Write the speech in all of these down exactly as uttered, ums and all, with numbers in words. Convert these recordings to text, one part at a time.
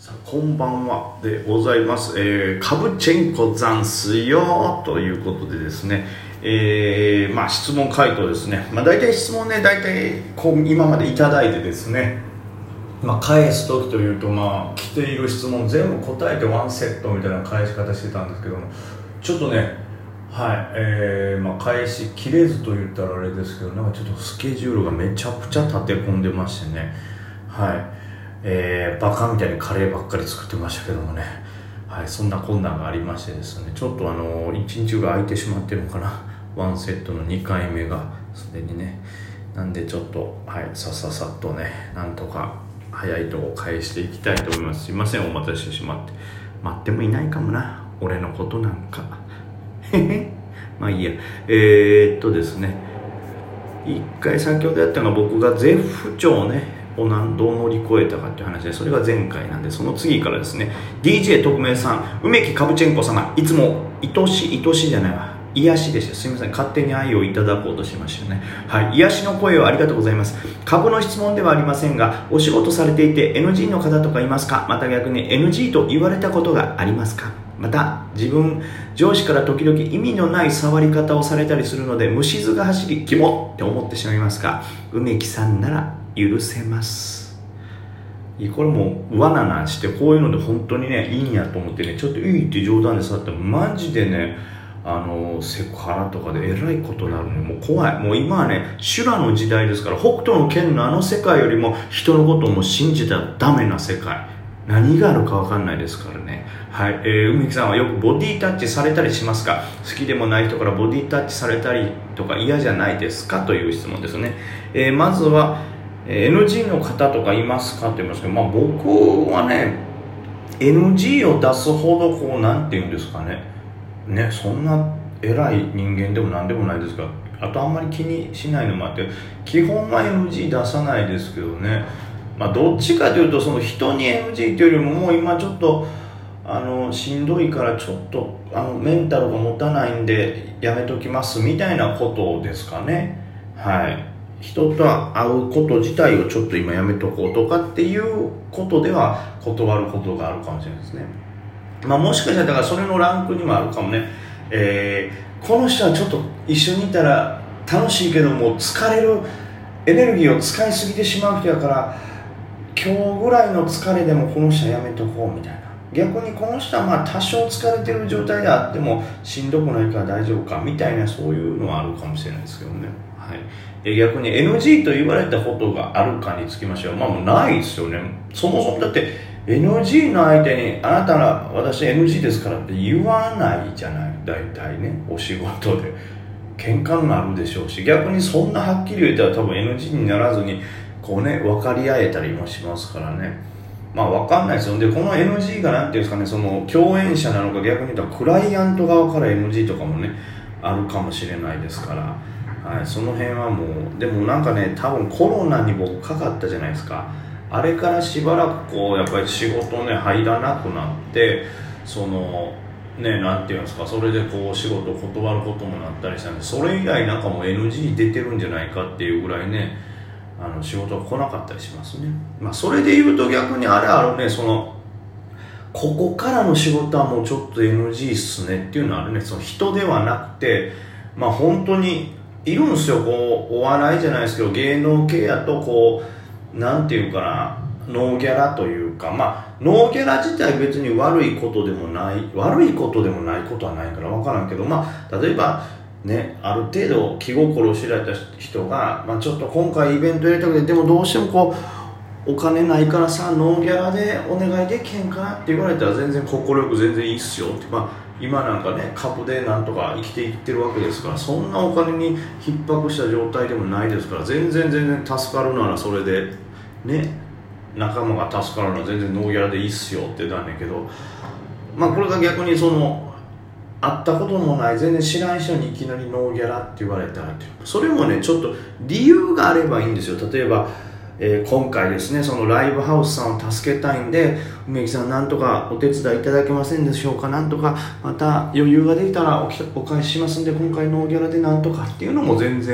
さあこんばんはでございます、えー、カブチェンコざんすよということでですね、えー、まあ質問回答ですね。まあ大体質問ね、大体こう今までいただいてですね、まあ返す時というと、まあ来ている質問全部答えてワンセットみたいな返し方してたんですけども、ちょっとね、はい、えー、まあ返しきれずと言ったらあれですけど、なんかちょっとスケジュールがめちゃくちゃ立て込んでましてね、はい。えー、バカみたいにカレーばっかり作ってましたけどもね、はい、そんな困難がありましてですね、ちょっとあのいちにちが空いてしまってるのかな、ワンセットのにかいめがすでにね。なんでちょっと、はい、さっささっとね、なんとか早いとこ返していきたいと思います。すいません、お待たせしてしまって。待ってもいないかもな、俺のことなんか。へへまあいいや。えー、っとですね、一回先ほどやったのが僕が絶不調ねを何度乗り越えたかっていう話で、それが前回なんで、その次からですね、 ディージェー 特命さん、梅木カブチェンコ様、いつも愛し愛しじゃないわ癒しでした。すみません、勝手に愛をいただこうとしましたね。はい、癒しの声をありがとうございます。株の質問ではありませんが、お仕事されていて エヌジー の方とかいますか？また逆に エヌジー と言われたことがありますか？また自分上司から時々意味のない触り方をされたりするので虫唾が走りキモって思ってしまいますか？梅木さんなら許せます。これも罠なんして、こういうので本当にねいいんやと思ってね、ちょっといいって冗談でさってマジでね、あのセクハラとかでえらいことになるのもう怖い。もう今はね修羅の時代ですから、北斗の拳のあの世界よりも人のことをもう信じたらダメな世界、何があるか分かんないですからね。はい、えー、梅木さんはよくボディタッチされたりしますか？好きでもない人からボディタッチされたりとか嫌じゃないですかという質問ですね。えー、まずは、えー、エヌジー の方とかいますかと言いますけど、まあ僕はね エヌジー を出すほどこうなんて言うんですかね、ね、そんな偉い人間でもなんでもないですが、あとあんまり気にしないのもあって、基本は エヌジー 出さないですけどね。まあどっちかというと、その人に エヌジー というよりも、もう今ちょっとあのしんどいからちょっとあのメンタルが持たないんでやめときますみたいなことですかね。はい、人と会うこと自体をちょっと今やめとこうとかっていうことでは断ることがあるかもしれないですね。まあもしかしたらだからそれのランクにもあるかもね。えー、この人はちょっと一緒にいたら楽しいけども疲れる、エネルギーを使いすぎてしまう人やから、今日ぐらいの疲れでもこの人はやめとこうみたいな。逆にこの人はまあ多少疲れてる状態であってもしんどくないから大丈夫かみたいな、そういうのはあるかもしれないですけどね。はい、え逆に エヌジー と言われたことがあるかにつきましては、まあもうないですよね。そもそもだって エヌジー の相手にあなたら私 エヌジー ですからって言わないじゃない、大体ね。お仕事で喧嘩になるでしょうし、逆にそんなはっきり言ったら多分 エヌジー にならずにこうね分かり合えたりもしますからね。まあ分かんないですよ。でこの エヌジー がなんていうんですかね、その共演者なのか逆に言ったらクライアント側から エヌジー とかもねあるかもしれないですから、はい、その辺はもうでもなんかね、多分コロナに僕かかったじゃないですか。あれからしばらくこうやっぱり仕事ね入らなくなって、そのねなんていうんですか、それでこう仕事断ることもなったりしたんで、それ以来なんかもう エヌジー 出てるんじゃないかっていうぐらいね、あの仕事が来なかったりしますね。まあそれで言うと逆にあれあるね、そのここからの仕事はもうちょっと エヌジー っすねっていうのはあるね。その人ではなくて、まあ本当にいるんですよ。こうお笑いじゃないですけど芸能系やとこうなんていうかな、ノーギャラというか、まあノーギャラ自体別に悪いことでもない悪いことでもないことはないから分からんけど、まあ例えばね、ある程度気心を知られた人が、まあ、ちょっと今回イベントやりたくて、でもどうしてもこうお金ないからさノーギャラでお願いできへんかなって言われたら全然快く全然いいっすよって、まあ、今なんかね株でなんとか生きていってるわけですから、そんなお金に逼迫した状態でもないですから、全然全然助かるならそれでね、仲間が助かるのは全然ノーギャラでいいっすよってなんだけど、まあこれが逆にその会ったこともない全然知らん人にいきなりノーギャラって言われたらって、それもねちょっと理由があればいいんですよ。例えば、えー、今回ですね、そのライブハウスさんを助けたいんで梅木さんなんとかお手伝いいただけませんでしょうか、なんとかまた余裕ができたら お, お返ししますんで今回ノーギャラでなんとかっていうのも全然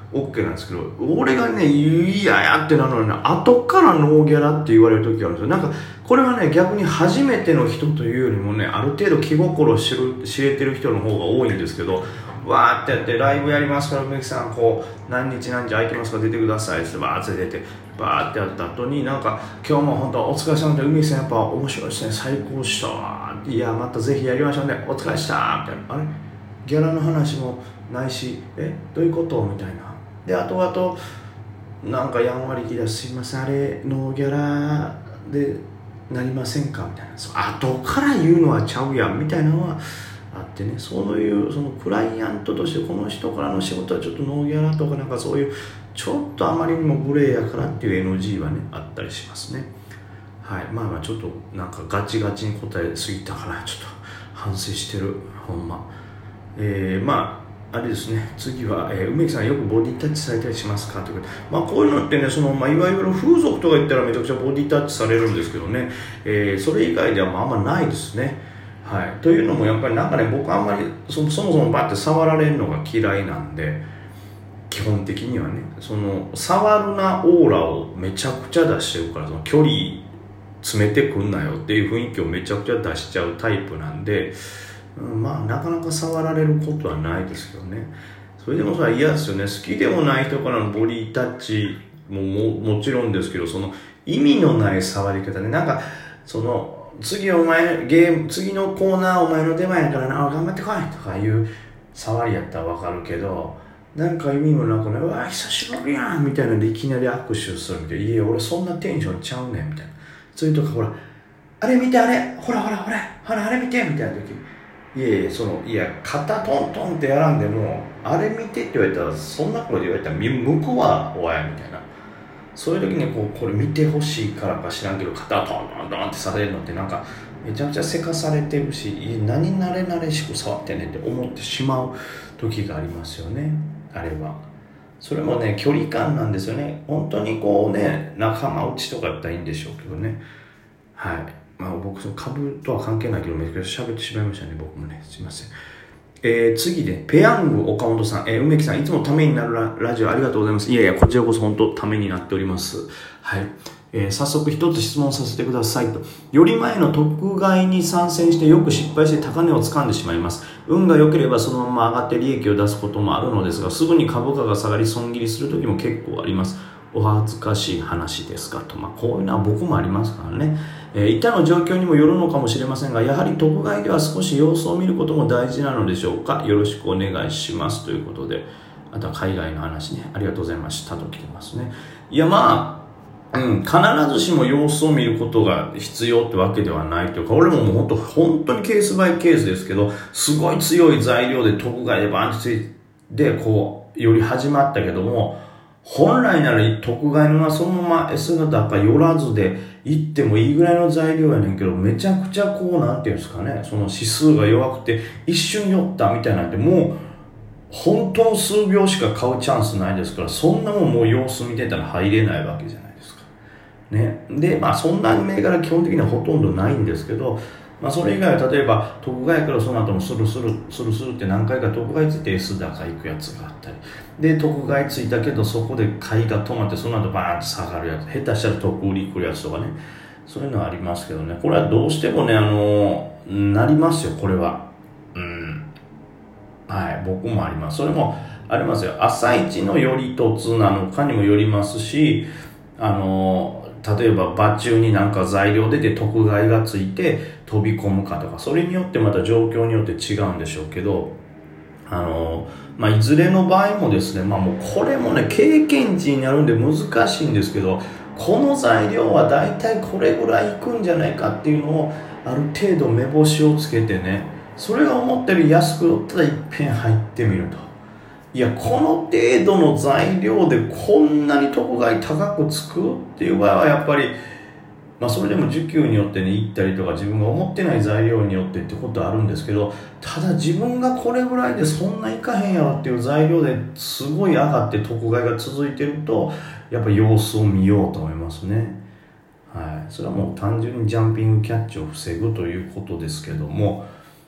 OK なんですけど、俺がねいややってなるのに後からノーギャラって言われる時があるんですよ。なんかこれはね逆に初めての人というよりもねある程度気心を知る知れてる人の方が多いんですけど、わーってやってライブやりますから梅木さんこう何日何日空いてますか出てくださいってバーって出てバーってやった後になんか今日も本当お疲れ様で梅木さんやっぱ面白いですね最高したわいやまたぜひやりましょうねお疲れしたみたいなあれギャラの話もないしえどういうことみたいなであと々なんかやんわり気だすいませんあれノーギャラでなりませんかみたいなそう後から言うのはちゃうやんみたいなのはあってねそういうそのクライアントとしてこの人からの仕事はちょっとノーギャラとかなんかそういうちょっとあまりにも無礼やからっていう エヌジー はねあったりしますね。はいまあまあちょっとなんかガチガチに答えすぎたからちょっと反省してるほんま。えー、まああれですね次は、えー、梅木さんよくボディタッチされたりしますかということで、まあ、こういうのってねその、まあ、いわゆる風俗とか言ったらめちゃくちゃボディタッチされるんですけどね、えー、それ以外ではまああんまないですね。はい、というのもやっぱりなんかね僕あんまり そ, そもそもバッて触られるのが嫌いなんで基本的にはねその触るなオーラをめちゃくちゃ出してるからその距離詰めてくんなよっていう雰囲気をめちゃくちゃ出しちゃうタイプなんで、うん、まあなかなか触られることはないですけどね。それでもそれは嫌ですよね。好きでもない人からのボディタッチも も, もちろんですけどその意味のない触り方ねなんかその次お前ゲーム次のコーナーお前の出番やからな頑張ってこいとかいう触りやったらわかるけどなんか意味もなくねうわ久しぶりやんみたいなんでいきなり握手するみたいないや俺そんなテンションちゃうねんみたいなそういうとかほらあれ見てあれほらほらほらほらあれ見てみたいな時いやいやそのいや肩トントンってやらんでもあれ見てって言われたらそんなこと言われたら向こうはおやみたいなそういう時にこうこれ見てほしいからか知らんけど肩をトントントンってされるのってなんかめちゃくちゃせかされてるし何慣れ慣れしく触ってんねんって思ってしまう時がありますよね。あれはそれもね距離感なんですよね。本当にこうね仲間内とかやったらいいんでしょうけどね。はいまあ僕その株とは関係ないけどめちゃくちゃ喋ってしまいましたね僕もねすいません。えー、次でペヤング岡本さん、えー、梅木さんいつもためになる ラ, ラジオありがとうございます。いやいやこちらこそ本当ためになっております。はい、えー、早速一つ質問させてくださいと。より前の特買いに参戦してよく失敗して高値を掴んでしまいます。運が良ければそのまま上がって利益を出すこともあるのですがすぐに株価が下がり損切りする時も結構あります。お恥ずかしい話ですかと。まあこういうのは僕もありますからね。えー、板の状況にもよるのかもしれませんがやはり特買いでは少し様子を見ることも大事なのでしょうか。よろしくお願いしますということでまた海外の話ねありがとうございましたと来てますね。いやまあ、うん、必ずしも様子を見ることが必要ってわけではないというか俺ももう本当本当にケースバイケースですけどすごい強い材料で特買いでバンチでこうより始まったけども本来なら特買いのはそのまま S 型か寄らずで行ってもいいぐらいの材料やねんけどめちゃくちゃこうなんていうんですかねその指数が弱くて一瞬寄ったみたいなんてもう本当の数秒しか買うチャンスないですからそんなもんもう様子見てたら入れないわけじゃないですかね。でまあそんな銘柄基本的にはほとんどないんですけどまあそれ以外は例えば特買いからその後もスルスルスルスルって何回か特買いついて S 高行くやつがあったりで特買いついたけどそこで買いが止まってその後バーンと下がるやつ下手したら特売り来るやつとかねそういうのはありますけどねこれはどうしてもねあのなりますよこれはうんはい僕もあります。それもありますよ。朝一の寄り凸なのかにもよりますしあの例えば場中になんか材料出て特買いがついて飛び込むかとかそれによってまた状況によって違うんでしょうけどあの、まあ、いずれの場合もですね、まあ、もうこれもね経験値になるんで難しいんですけどこの材料はだいたいこれぐらいいくんじゃないかっていうのをある程度目星をつけてねそれが思ったより安く売ったらいっぺん入ってみるといやこの程度の材料でこんなに特買い高くつくっていう場合はやっぱりまあそれでも需給によってね行ったりとか自分が思ってない材料によってってことはあるんですけどただ自分がこれぐらいでそんないかへんやろっていう材料ですごい上がって特買いが続いてるとやっぱ様子を見ようと思いますね。はい、それはもう単純にジャンピングキャッチを防ぐということですけども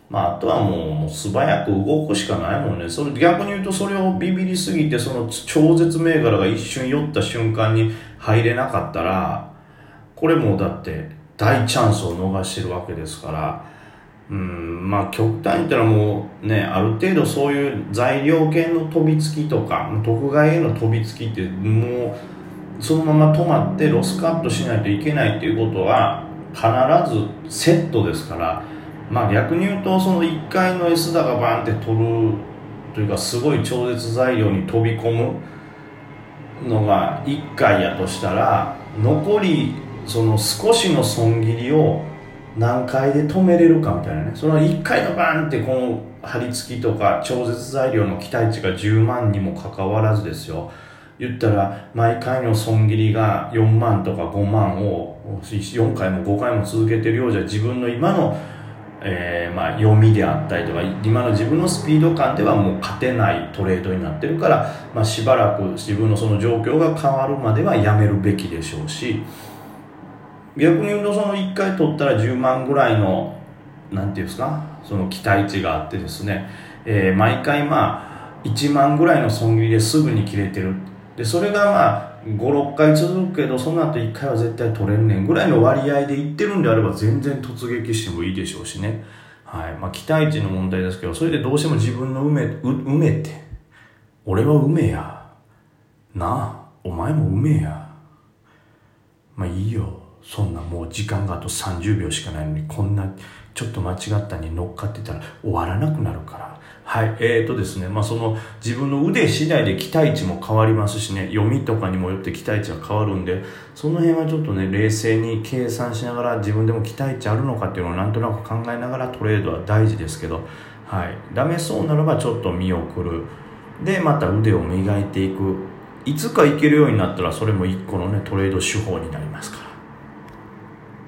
まあ、あとはもう、もう素早く動くしかないもんね。それ逆に言うと、それをビビりすぎて、その超絶銘柄が一瞬酔った瞬間に入れなかったら、これもうだって大チャンスを逃してるわけですから、うん、まあ極端に言ったらもうね、ある程度そういう材料系の飛びつきとか、特買いへの飛びつきってもう、そのまま止まってロスカットしないといけないっていうことは、必ずセットですから、まあ逆に言うと、そのいっかいの S 高バーンって取るというか、すごい超絶材料に飛び込むのがいっかいやとしたら、残りその少しの損切りを何回で止めれるかみたいなね。そのいっかいのバーンってこの張り付きとか超絶材料の期待値がじゅうまんにもかかわらずですよ、言ったら毎回の損切りがよんまんとかごまんをよんかいもごかいも続けてるようじゃ、自分の今のえー、まあ読みであったりとか今の自分のスピード感ではもう勝てないトレードになってるから、まあ、しばらく自分のその状況が変わるまではやめるべきでしょうし、逆に言うとそのいっかい取ったらじゅうまんぐらいのなんていうんですか、その期待値があってですね、えー、毎回まあいちまんぐらいの損切りですぐに切れてる。でそれがまあご、ろっかい続くけど、その後いっかいは絶対取れんねんぐらいの割合でいってるんであれば全然突撃してもいいでしょうしね。はい。まあ期待値の問題ですけど、それでどうしても自分の埋め、埋めて、俺は埋めや。なあ、お前も埋めや。まあいいよ。そんなもう時間があとさんじゅうびょうしかないのに、こんなちょっと間違ったに乗っかってたら終わらなくなるから。はい。えーとですね、まあその自分の腕次第で期待値も変わりますしね、読みとかにもよって期待値が変わるんで、その辺はちょっとね、冷静に計算しながら自分でも期待値あるのかっていうのをなんとなく考えながらトレードは大事ですけど、はい。ダメそうならばちょっと見送る。で、また腕を磨いていく。いつかいけるようになったらそれも一個のね、トレード手法になりますか